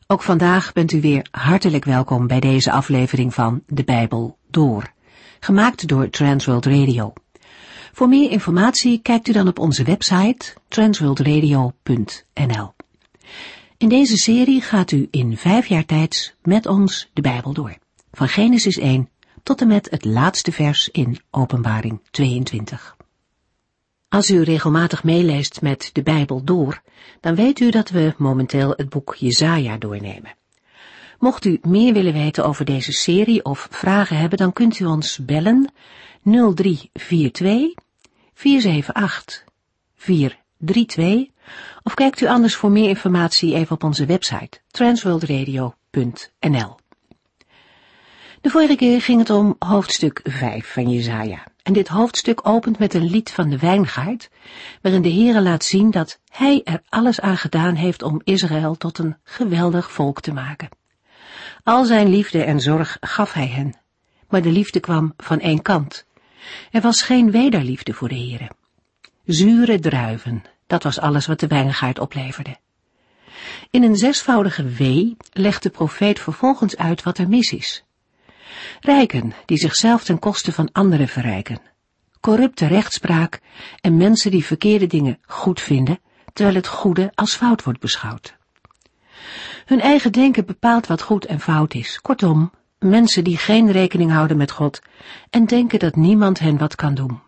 Ook vandaag bent u weer hartelijk welkom bij deze aflevering van De Bijbel Door, gemaakt door Transworld Radio. Voor meer informatie kijkt u dan op onze website transworldradio.nl. In deze serie gaat u in 5 jaar tijd met ons de Bijbel door, van Genesis 1 tot en met het laatste vers in Openbaring 22. Als u regelmatig meeleest met de Bijbel door, dan weet u dat we momenteel het boek Jesaja doornemen. Mocht u meer willen weten over deze serie of vragen hebben, dan kunt u ons bellen 0342 478 432 of kijkt u anders voor meer informatie even op onze website transworldradio.nl. De vorige keer ging het om hoofdstuk 5 van Jesaja. En dit hoofdstuk opent met een lied van de wijngaard, waarin de Heere laat zien dat Hij er alles aan gedaan heeft om Israël tot een geweldig volk te maken. Al zijn liefde en zorg gaf Hij hen, maar de liefde kwam van één kant. Er was geen wederliefde voor de Heere. Zure druiven, dat was alles wat de wijngaard opleverde. In een 6voudige wee legt de profeet vervolgens uit wat er mis is. Rijken die zichzelf ten koste van anderen verrijken, corrupte rechtspraak en mensen die verkeerde dingen goed vinden, terwijl het goede als fout wordt beschouwd. Hun eigen denken bepaalt wat goed en fout is. Kortom, mensen die geen rekening houden met God en denken dat niemand hen wat kan doen.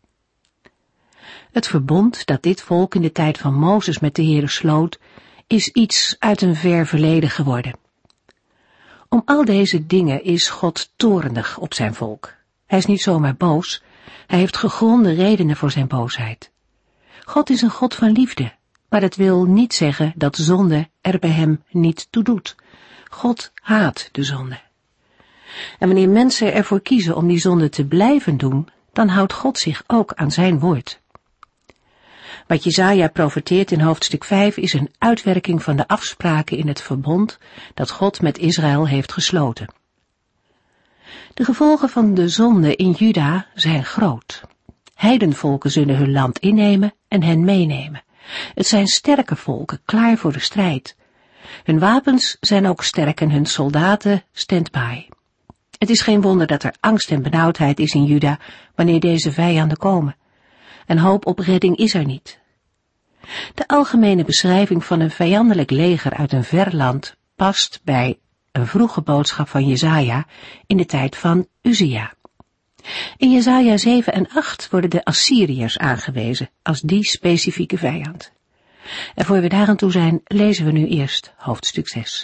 Het verbond dat dit volk in de tijd van Mozes met de Heere sloot, is iets uit een ver verleden geworden. Om al deze dingen is God toornig op zijn volk. Hij is niet zomaar boos, hij heeft gegronde redenen voor zijn boosheid. God is een God van liefde, maar dat wil niet zeggen dat zonde er bij hem niet toe doet. God haat de zonde. En wanneer mensen ervoor kiezen om die zonde te blijven doen, dan houdt God zich ook aan zijn woord. Wat Jesaja profeteert in hoofdstuk 5 is een uitwerking van de afspraken in het verbond dat God met Israël heeft gesloten. De gevolgen van de zonde in Juda zijn groot. Heidenvolken zullen hun land innemen en hen meenemen. Het zijn sterke volken, klaar voor de strijd. Hun wapens zijn ook sterk en hun soldaten stand-by. Het is geen wonder dat er angst en benauwdheid is in Juda wanneer deze vijanden komen. En hoop op redding is er niet. De algemene beschrijving van een vijandelijk leger uit een ver land past bij een vroege boodschap van Jesaja in de tijd van Uzia. In Jesaja 7 en 8 worden de Assyriërs aangewezen als die specifieke vijand. En voor we daar aan toe zijn, lezen we nu eerst hoofdstuk 6.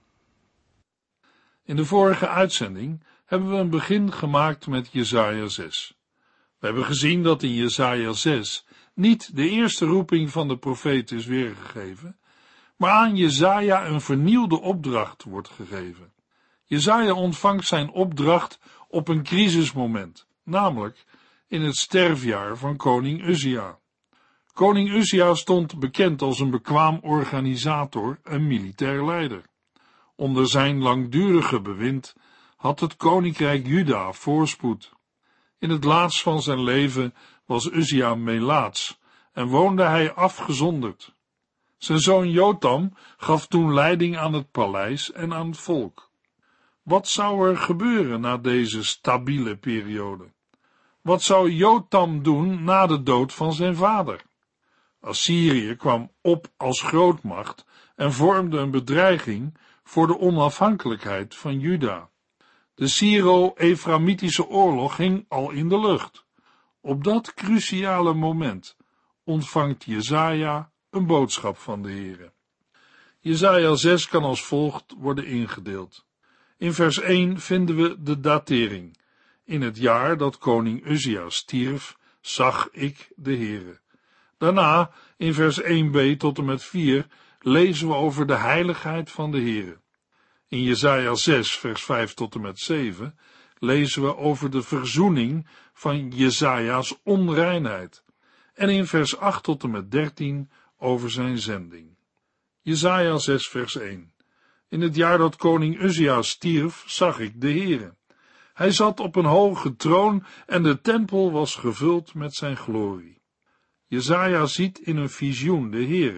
In de vorige uitzending hebben we een begin gemaakt met Jesaja 6. We hebben gezien dat in Jesaja 6 niet de eerste roeping van de profeet is weergegeven, maar aan Jesaja een vernieuwde opdracht wordt gegeven. Jesaja ontvangt zijn opdracht op een crisismoment, namelijk in het sterfjaar van koning Uzia. Koning Uzia stond bekend als een bekwaam organisator en militair leider. Onder zijn langdurige bewind had het koninkrijk Juda voorspoed. In het laatst van zijn leven was Uzia melaats en woonde hij afgezonderd. Zijn zoon Jotam gaf toen leiding aan het paleis en aan het volk. Wat zou er gebeuren na deze stabiele periode? Wat zou Jotam doen na de dood van zijn vader? Assyrië kwam op als grootmacht en vormde een bedreiging voor de onafhankelijkheid van Juda. De Syro-Eframitische oorlog hing al in de lucht. Op dat cruciale moment ontvangt Jesaja een boodschap van de Heere. Jesaja 6 kan als volgt worden ingedeeld. In vers 1 vinden we de datering. In het jaar dat koning Uzia stierf, zag ik de Heere. Daarna, in vers 1b tot en met 4, lezen we over de heiligheid van de Heere. In Jesaja 6, vers 5 tot en met 7, lezen we over de verzoening van Jesaja's onreinheid. En in vers 8 tot en met 13 over zijn zending. Jesaja 6, vers 1. In het jaar dat koning Uzia stierf, zag ik de Heere. Hij zat op een hoge troon en de tempel was gevuld met zijn glorie. Jesaja ziet in een visioen de Heere,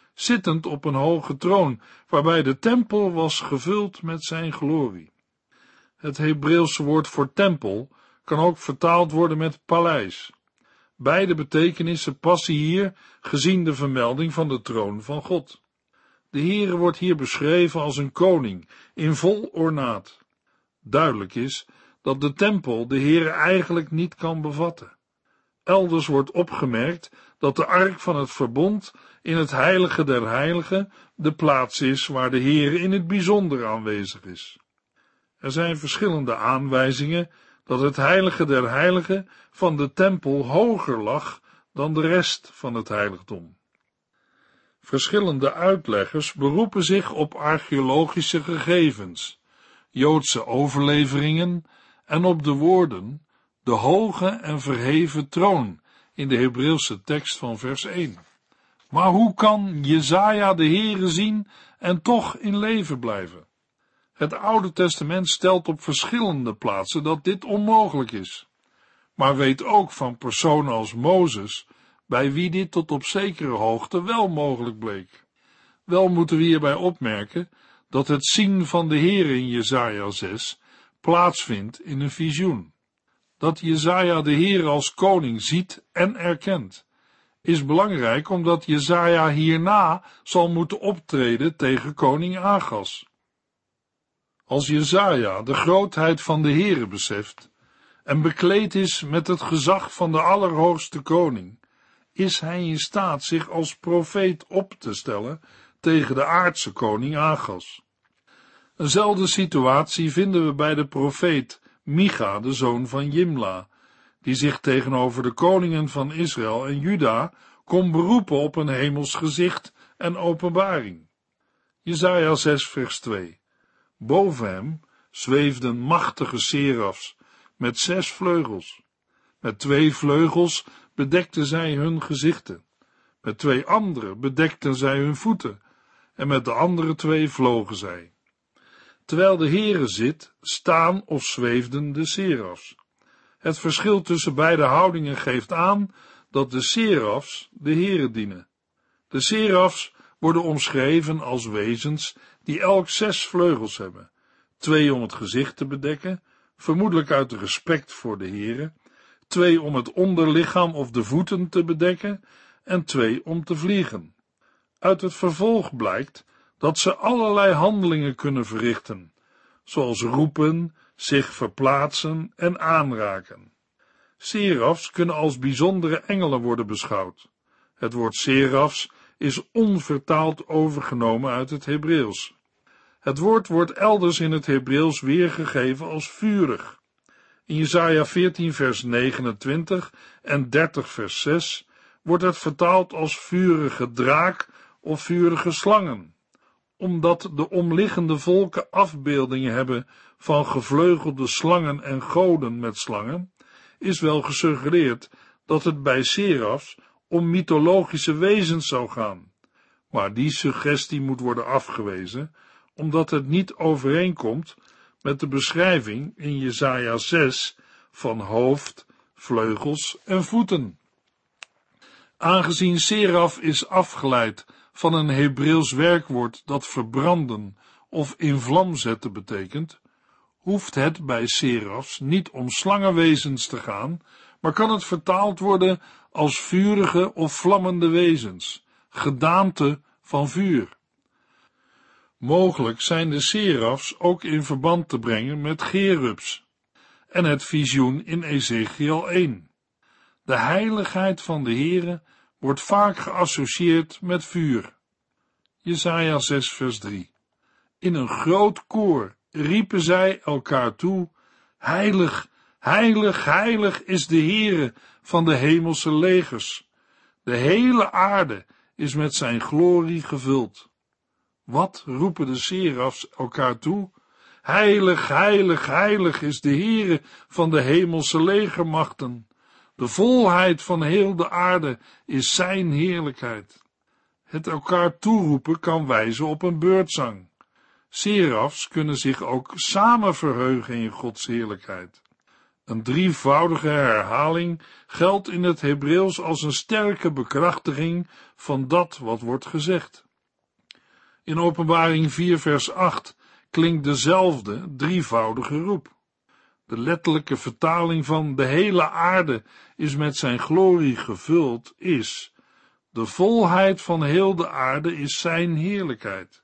zittend op een hoge troon, waarbij de tempel was gevuld met zijn glorie. Het Hebreeuwse woord voor tempel kan ook vertaald worden met paleis. Beide betekenissen passen hier, gezien de vermelding van de troon van God. De Heere wordt hier beschreven als een koning, in vol ornaat. Duidelijk is dat de tempel de Heere eigenlijk niet kan bevatten. Elders wordt opgemerkt dat de ark van het verbond in het heilige der heiligen de plaats is waar de Heere in het bijzonder aanwezig is. Er zijn verschillende aanwijzingen dat het heilige der heiligen van de tempel hoger lag dan de rest van het heiligdom. Verschillende uitleggers beroepen zich op archeologische gegevens, Joodse overleveringen en op de woorden de hoge en verheven troon in de Hebreeuwse tekst van vers 1. Maar hoe kan Jesaja de Heere zien en toch in leven blijven? Het Oude Testament stelt op verschillende plaatsen dat dit onmogelijk is, maar weet ook van personen als Mozes, bij wie dit tot op zekere hoogte wel mogelijk bleek. Wel moeten we hierbij opmerken dat het zien van de Heere in Jesaja 6 plaatsvindt in een visioen. Dat Jesaja de Heere als koning ziet en erkent, is belangrijk omdat Jesaja hierna zal moeten optreden tegen koning Agas. Als Jesaja de grootheid van de Heere beseft en bekleed is met het gezag van de Allerhoogste Koning, is hij in staat zich als profeet op te stellen tegen de aardse koning Agas. Eenzelfde situatie vinden we bij de profeet Micha, de zoon van Jimla, die zich tegenover de koningen van Israël en Juda kon beroepen op een hemels gezicht en openbaring. Jesaja 6 vers 2. Boven hem zweefden machtige serafs met 6 vleugels. Met 2 vleugels bedekten zij hun gezichten. Met 2 andere bedekten zij hun voeten. En met de andere 2 vlogen zij. Terwijl de Heere zit, staan of zweefden de serafs. Het verschil tussen beide houdingen geeft aan dat de serafs de Heere dienen. De serafs worden omschreven als wezens die elk 6 vleugels hebben, 2 om het gezicht te bedekken, vermoedelijk uit respect voor de Heere, 2 om het onderlichaam of de voeten te bedekken en 2 om te vliegen. Uit het vervolg blijkt dat ze allerlei handelingen kunnen verrichten, zoals roepen, zich verplaatsen en aanraken. Serafs kunnen als bijzondere engelen worden beschouwd. Het woord serafs is onvertaald overgenomen uit het Hebreeuws. Het woord wordt elders in het Hebreeuws weergegeven als vurig. In Jesaja 14 vers 29 en 30 vers 6 wordt het vertaald als vurige draak of vurige slangen, omdat de omliggende volken afbeeldingen hebben van gevleugelde slangen en goden met slangen, is wel gesuggereerd dat het bij serafs om mythologische wezens zou gaan. Maar die suggestie moet worden afgewezen, omdat het niet overeenkomt met de beschrijving in Jesaja 6 van hoofd, vleugels en voeten. Aangezien seraf is afgeleid van een Hebreeuws werkwoord dat verbranden of in vlam zetten betekent, hoeft het bij serafs niet om slangenwezens te gaan, maar kan het vertaald worden als vurige of vlammende wezens, gedaante van vuur. Mogelijk zijn de serafs ook in verband te brengen met cherubs en het visioen in Ezechiel 1. De heiligheid van de Heere wordt vaak geassocieerd met vuur. Jesaja 6 vers 3. In een groot koor riepen zij elkaar toe: heilig, heilig, heilig is de Heere van de hemelse legers. De hele aarde is met zijn glorie gevuld. Wat roepen de serafs elkaar toe? Heilig, heilig, heilig is de Heere van de hemelse legermachten. De volheid van heel de aarde is zijn heerlijkheid. Het elkaar toeroepen kan wijzen op een beurtzang. Serafs kunnen zich ook samen verheugen in Gods heerlijkheid. Een drievoudige herhaling geldt in het Hebreeuws als een sterke bekrachtiging van dat wat wordt gezegd. In Openbaring 4 vers 8 klinkt dezelfde drievoudige roep. De letterlijke vertaling van de hele aarde is met zijn glorie gevuld is: de volheid van heel de aarde is zijn heerlijkheid.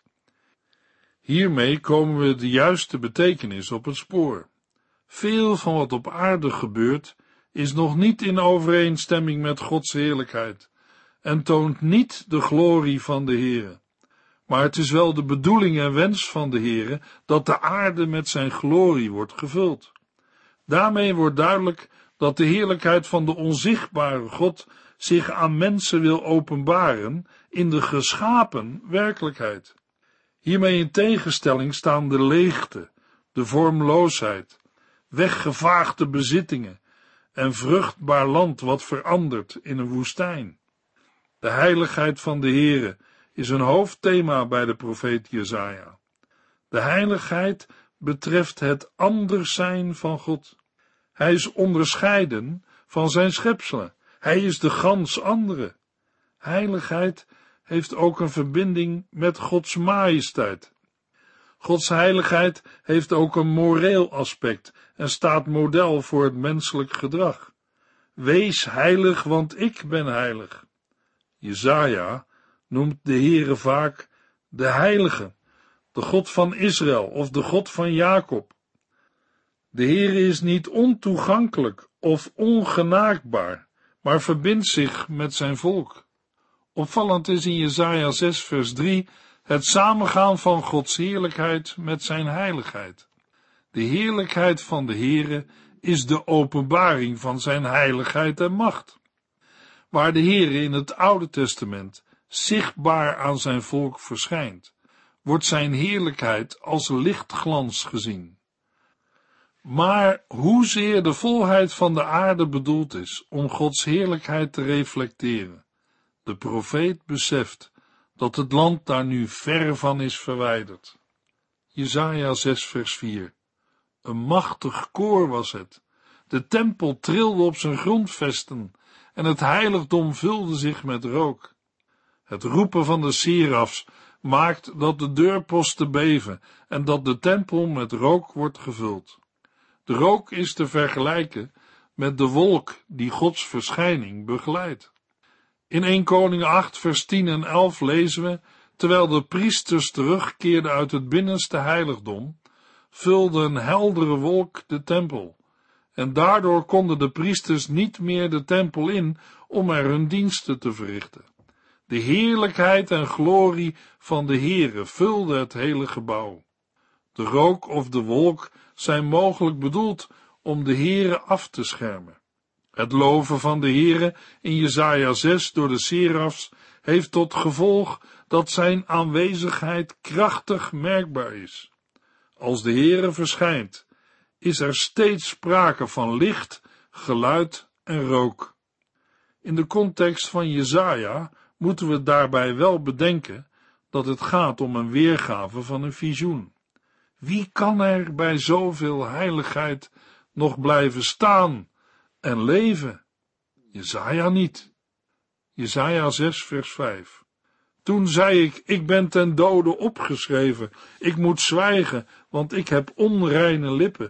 Hiermee komen we de juiste betekenis op het spoor. Veel van wat op aarde gebeurt is nog niet in overeenstemming met Gods heerlijkheid en toont niet de glorie van de Heere. Maar het is wel de bedoeling en wens van de Heere dat de aarde met zijn glorie wordt gevuld. Daarmee wordt duidelijk dat de heerlijkheid van de onzichtbare God zich aan mensen wil openbaren in de geschapen werkelijkheid. Hiermee in tegenstelling staan de leegte, de vormloosheid, weggevaagde bezittingen en vruchtbaar land wat verandert in een woestijn. De heiligheid van de Heere is een hoofdthema bij de profeet Jesaja. De heiligheid betreft het anders zijn van God. Hij is onderscheiden van zijn schepselen. Hij is de gans andere. Heiligheid heeft ook een verbinding met Gods majesteit. Gods heiligheid heeft ook een moreel aspect en staat model voor het menselijk gedrag. Wees heilig, want ik ben heilig. Jesaja noemt de Heere vaak de Heilige, de God van Israël of de God van Jacob. De Heere is niet ontoegankelijk of ongenaakbaar, maar verbindt zich met zijn volk. Opvallend is in Jesaja 6 vers 3 het samengaan van Gods heerlijkheid met zijn heiligheid. De heerlijkheid van de Heere is de openbaring van zijn heiligheid en macht. Waar de Heere in het Oude Testament zichtbaar aan zijn volk verschijnt, wordt zijn heerlijkheid als lichtglans gezien. Maar hoezeer de volheid van de aarde bedoeld is om Gods heerlijkheid te reflecteren, de profeet beseft dat het land daar nu ver van is verwijderd. Jesaja 6 vers 4. Een machtig koor was het. De tempel trilde op zijn grondvesten en het heiligdom vulde zich met rook. Het roepen van de serafs maakt dat de deurposten beven en dat de tempel met rook wordt gevuld. De rook is te vergelijken met de wolk die Gods verschijning begeleidt. In 1 Koningen 8 vers 10 en 11 lezen we: terwijl de priesters terugkeerden uit het binnenste heiligdom, vulde een heldere wolk de tempel, en daardoor konden de priesters niet meer de tempel in om er hun diensten te verrichten. De heerlijkheid en glorie van de Heere vulde het hele gebouw. De rook of de wolk zijn mogelijk bedoeld om de Heere af te schermen. Het loven van de Heere in Jesaja 6 door de serafs heeft tot gevolg dat zijn aanwezigheid krachtig merkbaar is. Als de Heere verschijnt, is er steeds sprake van licht, geluid en rook. In de context van Jesaja moeten we daarbij wel bedenken dat het gaat om een weergave van een visioen. Wie kan er bij zoveel heiligheid nog blijven staan en leven? Jesaja niet. Jesaja 6 vers 5. Toen zei ik ben ten dode opgeschreven, ik moet zwijgen, want ik heb onreine lippen.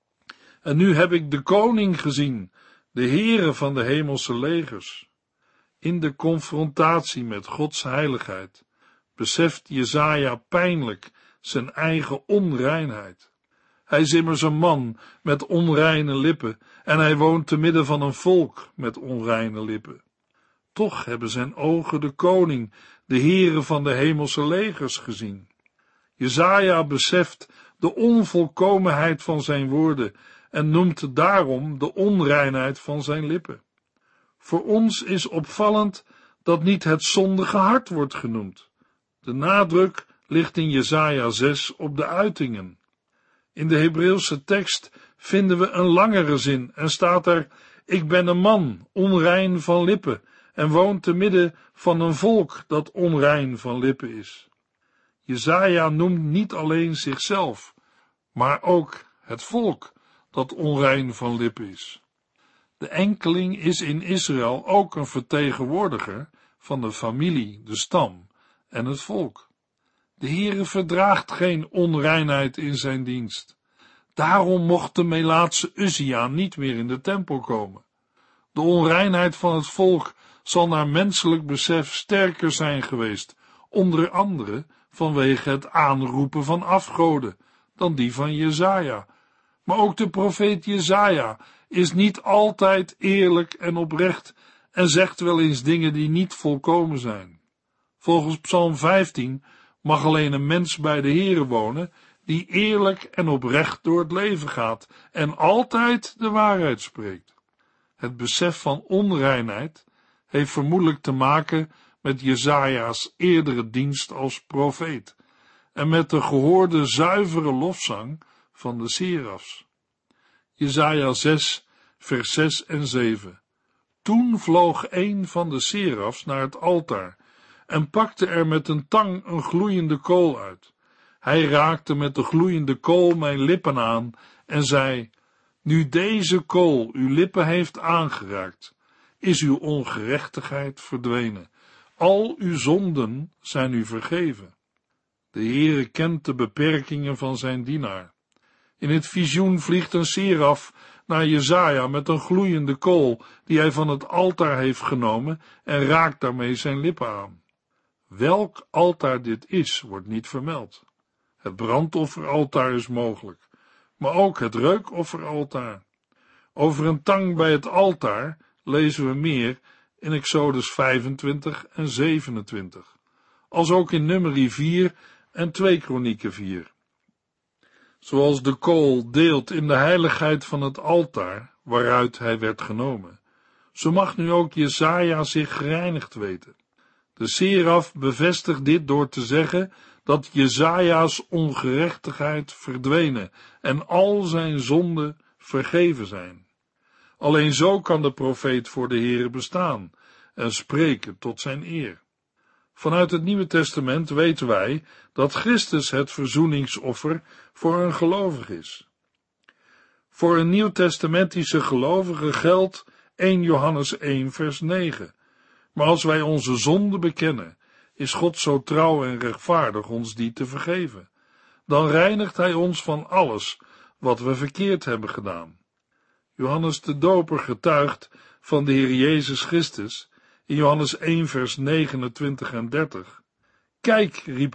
En nu heb ik de koning gezien, de Heere van de hemelse legers. In de confrontatie met Gods heiligheid beseft Jesaja pijnlijk zijn eigen onreinheid. Hij is immers een man met onreine lippen en hij woont te midden van een volk met onreine lippen. Toch hebben zijn ogen de koning, de Heere van de hemelse legers gezien. Jesaja beseft de onvolkomenheid van zijn woorden en noemt daarom de onreinheid van zijn lippen. Voor ons is opvallend dat niet het zondige hart wordt genoemd. De nadruk ligt in Jesaja 6 op de uitingen. In de Hebreeuwse tekst vinden we een langere zin en staat er: ik ben een man, onrein van lippen, en woon te midden van een volk dat onrein van lippen is. Jesaja noemt niet alleen zichzelf, maar ook het volk dat onrein van lip is. De enkeling is in Israël ook een vertegenwoordiger van de familie, de stam en het volk. De Heere verdraagt geen onreinheid in zijn dienst. Daarom mocht de Melaatse Uzia niet meer in de tempel komen. De onreinheid van het volk zal naar menselijk besef sterker zijn geweest, onder andere vanwege het aanroepen van afgoden, dan die van Jesaja. Maar ook de profeet Jesaja is niet altijd eerlijk en oprecht en zegt wel eens dingen die niet volkomen zijn. Volgens Psalm 15 mag alleen een mens bij de Heere wonen die eerlijk en oprecht door het leven gaat en altijd de waarheid spreekt. Het besef van onreinheid heeft vermoedelijk te maken met Jesaja's eerdere dienst als profeet en met de gehoorde zuivere lofzang van de serafs. Jesaja 6, vers 6 en 7. Toen vloog een van de serafs naar het altaar en pakte er met een tang een gloeiende kool uit. Hij raakte met de gloeiende kool mijn lippen aan en zei: Nu deze kool uw lippen heeft aangeraakt, is uw ongerechtigheid verdwenen. Al uw zonden zijn u vergeven. De Heere kent de beperkingen van zijn dienaar. In het visioen vliegt een seraf naar Jesaja met een gloeiende kool die hij van het altaar heeft genomen en raakt daarmee zijn lippen aan. Welk altaar dit is, wordt niet vermeld. Het brandofferaltaar is mogelijk, maar ook het reukofferaltaar. Over een tang bij het altaar lezen we meer in Exodus 25 en 27, als ook in Numeri 4 en 2 Kronieken 4. Zoals de kool deelt in de heiligheid van het altaar, waaruit hij werd genomen, zo mag nu ook Jesaja zich gereinigd weten. De seraf bevestigt dit door te zeggen dat Jesaja's ongerechtigheid verdwenen en al zijn zonden vergeven zijn. Alleen zo kan de profeet voor de Heere bestaan en spreken tot zijn eer. Vanuit het Nieuwe Testament weten wij dat Christus het verzoeningsoffer voor een gelovige is. Voor een nieuwtestamentische gelovige geldt 1 Johannes 1 vers 9. Maar als wij onze zonde bekennen, is God zo trouw en rechtvaardig ons die te vergeven. Dan reinigt hij ons van alles wat we verkeerd hebben gedaan. Johannes de Doper getuigt van de Heer Jezus Christus in Johannes 1 vers 29 en 30. Kijk, riep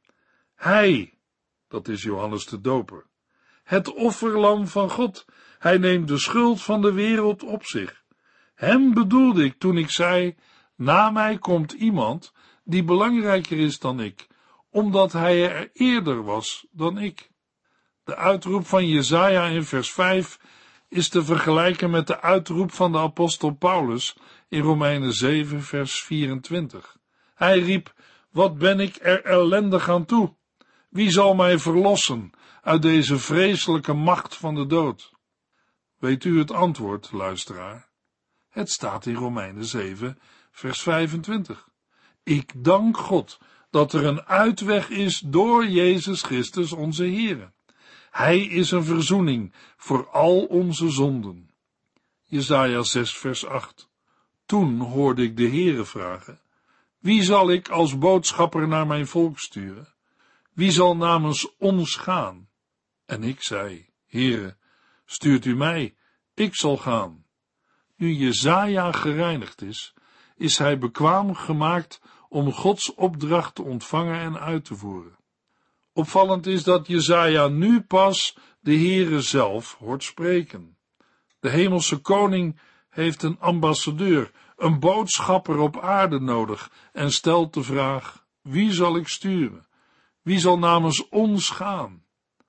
hij, dat is Johannes de Doper, het offerlam van God, hij neemt de schuld van de wereld op zich. Hem bedoelde ik toen ik zei: na mij komt iemand die belangrijker is dan ik, omdat hij er eerder was dan ik. De uitroep van Jesaja in vers 5 is te vergelijken met de uitroep van de apostel Paulus in Romeinen 7 vers 24. Hij riep: wat ben ik er ellendig aan toe? Wie zal mij verlossen uit deze vreselijke macht van de dood? Weet u het antwoord, luisteraar? Het staat in Romeinen 7 vers 25. Ik dank God dat er een uitweg is door Jezus Christus onze Heere. Hij is een verzoening voor al onze zonden. Jesaja 6 vers 8. Toen hoorde ik de Heere vragen: wie zal ik als boodschapper naar mijn volk sturen? Wie zal namens ons gaan? En ik zei: Heere, stuurt u mij, ik zal gaan. Nu Jesaja gereinigd is hij bekwaam gemaakt om Gods opdracht te ontvangen en uit te voeren. Opvallend is dat Jesaja nu pas de Heere zelf hoort spreken. De hemelse koning heeft een ambassadeur, een boodschapper op aarde nodig en stelt de vraag: wie zal ik sturen? Wie zal namens ons gaan?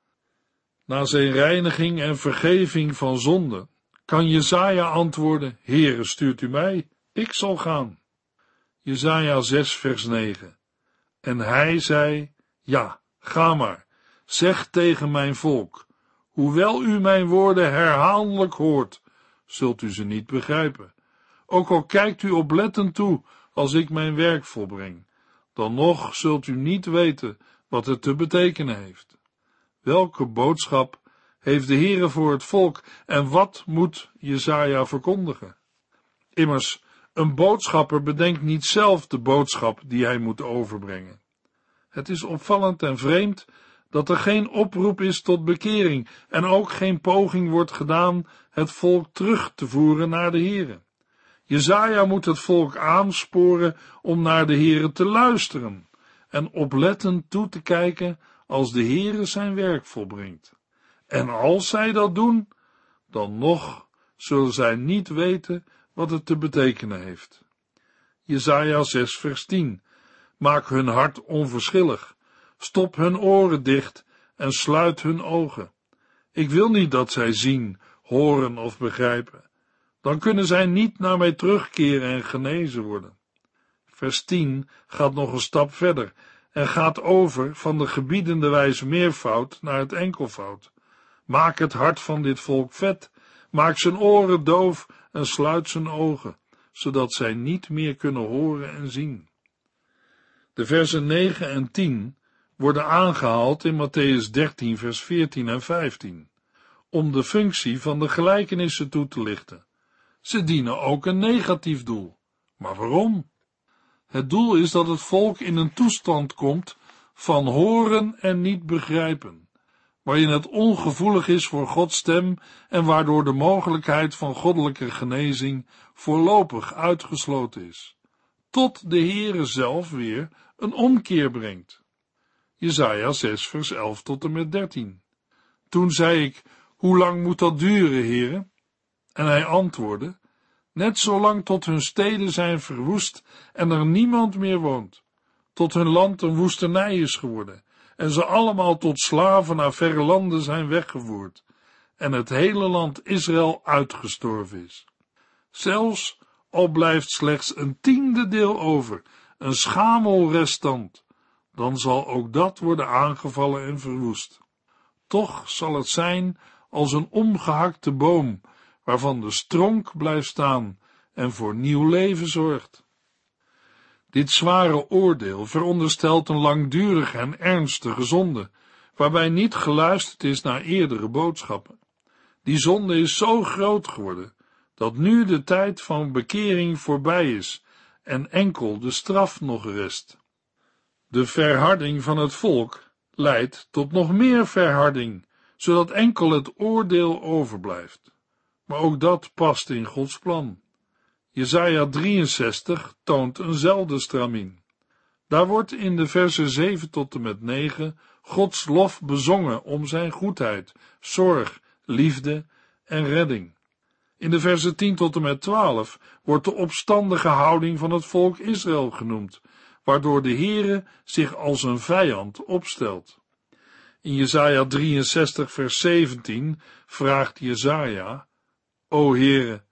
Na zijn reiniging en vergeving van zonde kan Jesaja antwoorden: Heere, stuurt u mij, ik zal gaan. Jesaja 6 vers 9. En hij zei: ja, ga maar, zeg tegen mijn volk: hoewel u mijn woorden herhaaldelijk hoort, zult u ze niet begrijpen. Ook al kijkt u oplettend toe als ik mijn werk volbreng, dan nog zult u niet weten wat het te betekenen heeft. Welke boodschap heeft de Heere voor het volk en wat moet Jesaja verkondigen? Immers, een boodschapper bedenkt niet zelf de boodschap die hij moet overbrengen. Het is opvallend en vreemd dat er geen oproep is tot bekering en ook geen poging wordt gedaan het volk terug te voeren naar de Heere. Jesaja moet het volk aansporen om naar de Heere te luisteren en oplettend toe te kijken als de Heere zijn werk volbrengt. En als zij dat doen, dan nog zullen zij niet weten wat het te betekenen heeft. Jesaja 6 vers 10. Maak hun hart onverschillig, stop hun oren dicht en sluit hun ogen. Ik wil niet dat zij zien, horen of begrijpen. Dan kunnen zij niet naar mij terugkeren en genezen worden. Vers 10 gaat nog een stap verder en gaat over van de gebiedende wijze meervoud naar het enkelvoud. Maak het hart van dit volk vet, maak zijn oren doof en sluit zijn ogen, zodat zij niet meer kunnen horen en zien. De versen 9 en 10 worden aangehaald in Mattheüs 13 vers 14 en 15, om de functie van de gelijkenissen toe te lichten. Ze dienen ook een negatief doel. Maar waarom? Het doel is dat het volk in een toestand komt van horen en niet begrijpen, waarin het ongevoelig is voor Gods stem en waardoor de mogelijkheid van goddelijke genezing voorlopig uitgesloten is, tot de Heere zelf weer een omkeer brengt. Jesaja 6 vers 11 tot en met 13. Toen zei ik, hoe lang moet dat duren, Heere? En hij antwoordde, net zolang tot hun steden zijn verwoest en er niemand meer woont, tot hun land een woestenij is geworden en ze allemaal tot slaven naar verre landen zijn weggevoerd en het hele land Israël uitgestorven is. Zelfs al blijft slechts een 10e deel over, een schamelrestant, dan zal ook dat worden aangevallen en verwoest. Toch zal het zijn als een omgehakte boom, waarvan de stronk blijft staan en voor nieuw leven zorgt. Dit zware oordeel veronderstelt een langdurige en ernstige zonde, waarbij niet geluisterd is naar eerdere boodschappen. Die zonde is zo groot geworden, dat nu de tijd van bekering voorbij is en enkel de straf nog rest. De verharding van het volk leidt tot nog meer verharding, zodat enkel het oordeel overblijft. Maar ook dat past in Gods plan. Jesaja 63 toont eenzelfde stramien. Daar wordt in de versen 7 tot en met 9 Gods lof bezongen om zijn goedheid, zorg, liefde en redding. In de versen 10 tot en met 12 wordt de opstandige houding van het volk Israël genoemd, waardoor de Heere zich als een vijand opstelt. In Jesaja 63 vers 17 vraagt Jesaja, O Heere,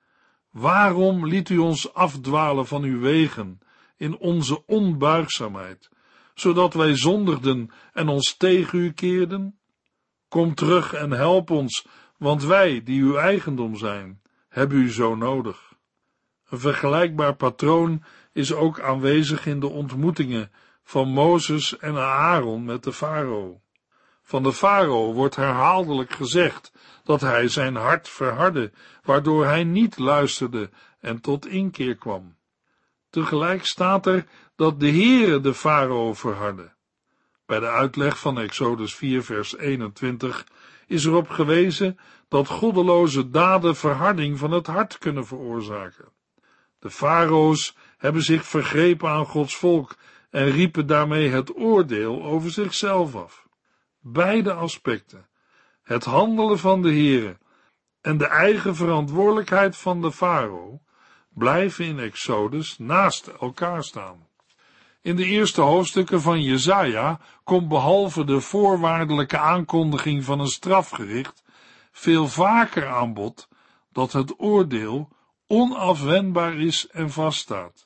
waarom liet u ons afdwalen van uw wegen in onze onbuigzaamheid, zodat wij zondigden en ons tegen u keerden? Kom terug en help ons, want wij, die uw eigendom zijn, hebben u zo nodig. Een vergelijkbaar patroon is ook aanwezig in de ontmoetingen van Mozes en Aaron met de farao. Van de farao wordt herhaaldelijk gezegd dat hij zijn hart verhardde, waardoor hij niet luisterde en tot inkeer kwam. Tegelijk staat er dat de Heere de farao verhardde. Bij de uitleg van Exodus 4 vers 21 is erop gewezen dat goddeloze daden verharding van het hart kunnen veroorzaken. De farao's hebben zich vergrepen aan Gods volk en riepen daarmee het oordeel over zichzelf af. Beide aspecten, het handelen van de Heere en de eigen verantwoordelijkheid van de farao, blijven in Exodus naast elkaar staan. In de eerste hoofdstukken van Jesaja komt behalve de voorwaardelijke aankondiging van een strafgericht veel vaker aan bod dat het oordeel onafwendbaar is en vaststaat.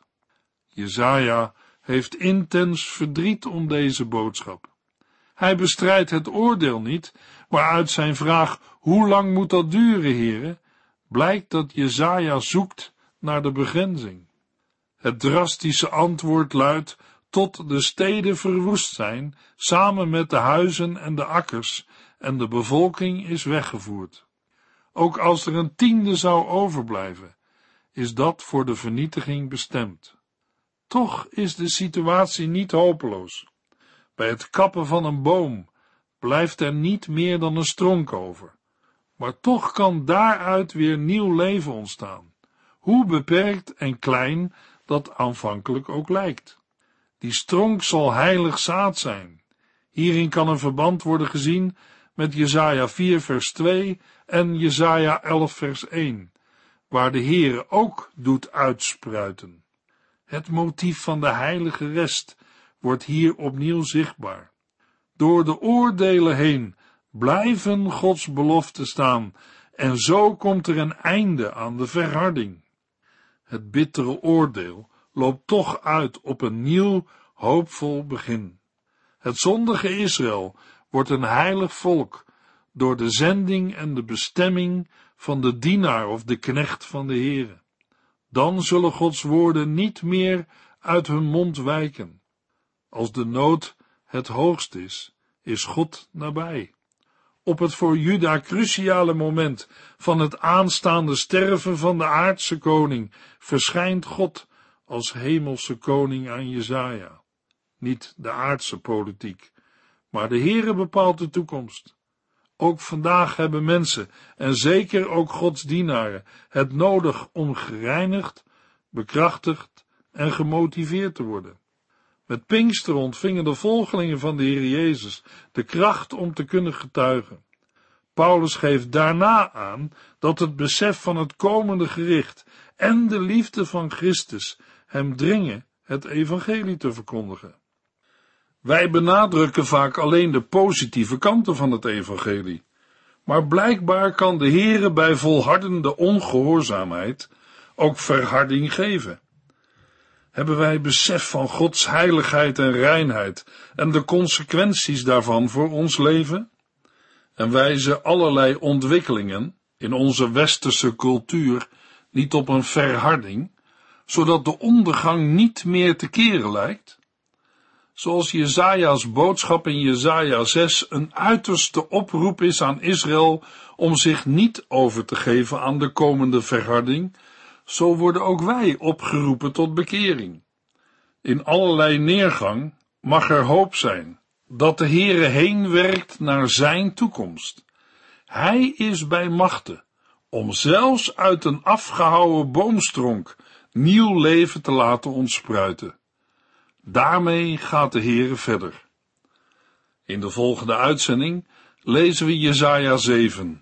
Jesaja heeft intens verdriet om deze boodschap. Hij bestrijdt het oordeel niet, maar uit zijn vraag, hoe lang moet dat duren, Heere, blijkt dat Jesaja zoekt naar de begrenzing. Het drastische antwoord luidt, tot de steden verwoest zijn, samen met de huizen en de akkers, en de bevolking is weggevoerd. Ook als er een tiende zou overblijven, is dat voor de vernietiging bestemd. Toch is de situatie niet hopeloos. Bij het kappen van een boom blijft er niet meer dan een stronk over. Maar toch kan daaruit weer nieuw leven ontstaan, hoe beperkt en klein dat aanvankelijk ook lijkt. Die stronk zal heilig zaad zijn. Hierin kan een verband worden gezien met Jesaja 4 vers 2 en Jesaja 11 vers 1, waar de Heere ook doet uitspruiten. Het motief van de heilige rest wordt hier opnieuw zichtbaar. Door de oordelen heen blijven Gods beloften staan en zo komt er een einde aan de verharding. Het bittere oordeel loopt toch uit op een nieuw, hoopvol begin. Het zondige Israël wordt een heilig volk door de zending en de bestemming van de dienaar of de knecht van de Heere. Dan zullen Gods woorden niet meer uit hun mond wijken. Als de nood het hoogst is God nabij. Op het voor Juda cruciale moment van het aanstaande sterven van de aardse koning verschijnt God als hemelse koning aan Jesaja. Niet de aardse politiek, maar de Heere bepaalt de toekomst. Ook vandaag hebben mensen, en zeker ook Gods dienaren, het nodig om gereinigd, bekrachtigd en gemotiveerd te worden. Met Pinksteren ontvingen de volgelingen van de Heer Jezus de kracht om te kunnen getuigen. Paulus geeft daarna aan dat het besef van het komende gericht en de liefde van Christus hem dringen het evangelie te verkondigen. Wij benadrukken vaak alleen de positieve kanten van het evangelie, maar blijkbaar kan de Heere bij volhardende ongehoorzaamheid ook verharding geven. Hebben wij besef van Gods heiligheid en reinheid en de consequenties daarvan voor ons leven? En wijzen allerlei ontwikkelingen in onze westerse cultuur niet op een verharding, zodat de ondergang niet meer te keren lijkt? Zoals Jesaja's boodschap in Jesaja 6 een uiterste oproep is aan Israël om zich niet over te geven aan de komende verharding, zo worden ook wij opgeroepen tot bekering. In allerlei neergang mag er hoop zijn, dat de Heere heen werkt naar zijn toekomst. Hij is bij machte, om zelfs uit een afgehouwen boomstronk nieuw leven te laten ontspruiten. Daarmee gaat de Heere verder. In de volgende uitzending lezen we Jesaja 7.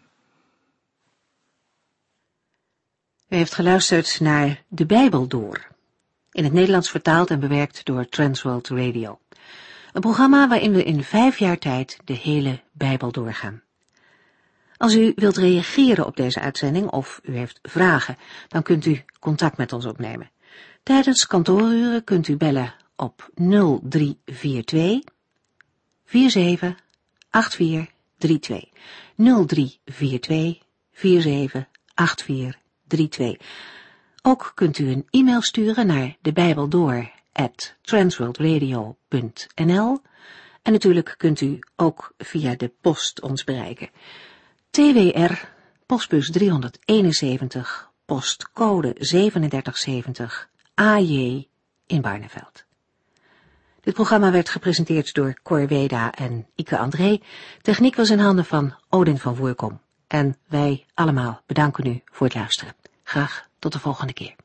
U heeft geluisterd naar De Bijbel Door, in het Nederlands vertaald en bewerkt door Transworld Radio. Een programma waarin we in 5 jaar tijd de hele Bijbel doorgaan. Als u wilt reageren op deze uitzending of u heeft vragen, dan kunt u contact met ons opnemen. Tijdens kantooruren kunt u bellen op 0342 47 8432. 0342 47 8432. Ook kunt u een e-mail sturen naar debijbeldoor@transworldradio.nl en natuurlijk kunt u ook via de post ons bereiken. TWR, postbus 371, postcode 3770, AJ in Barneveld. Dit programma werd gepresenteerd door Cor Weda en Ike André. Techniek was in handen van Odin van Woerkom. En wij allemaal bedanken u voor het luisteren. Graag tot de volgende keer.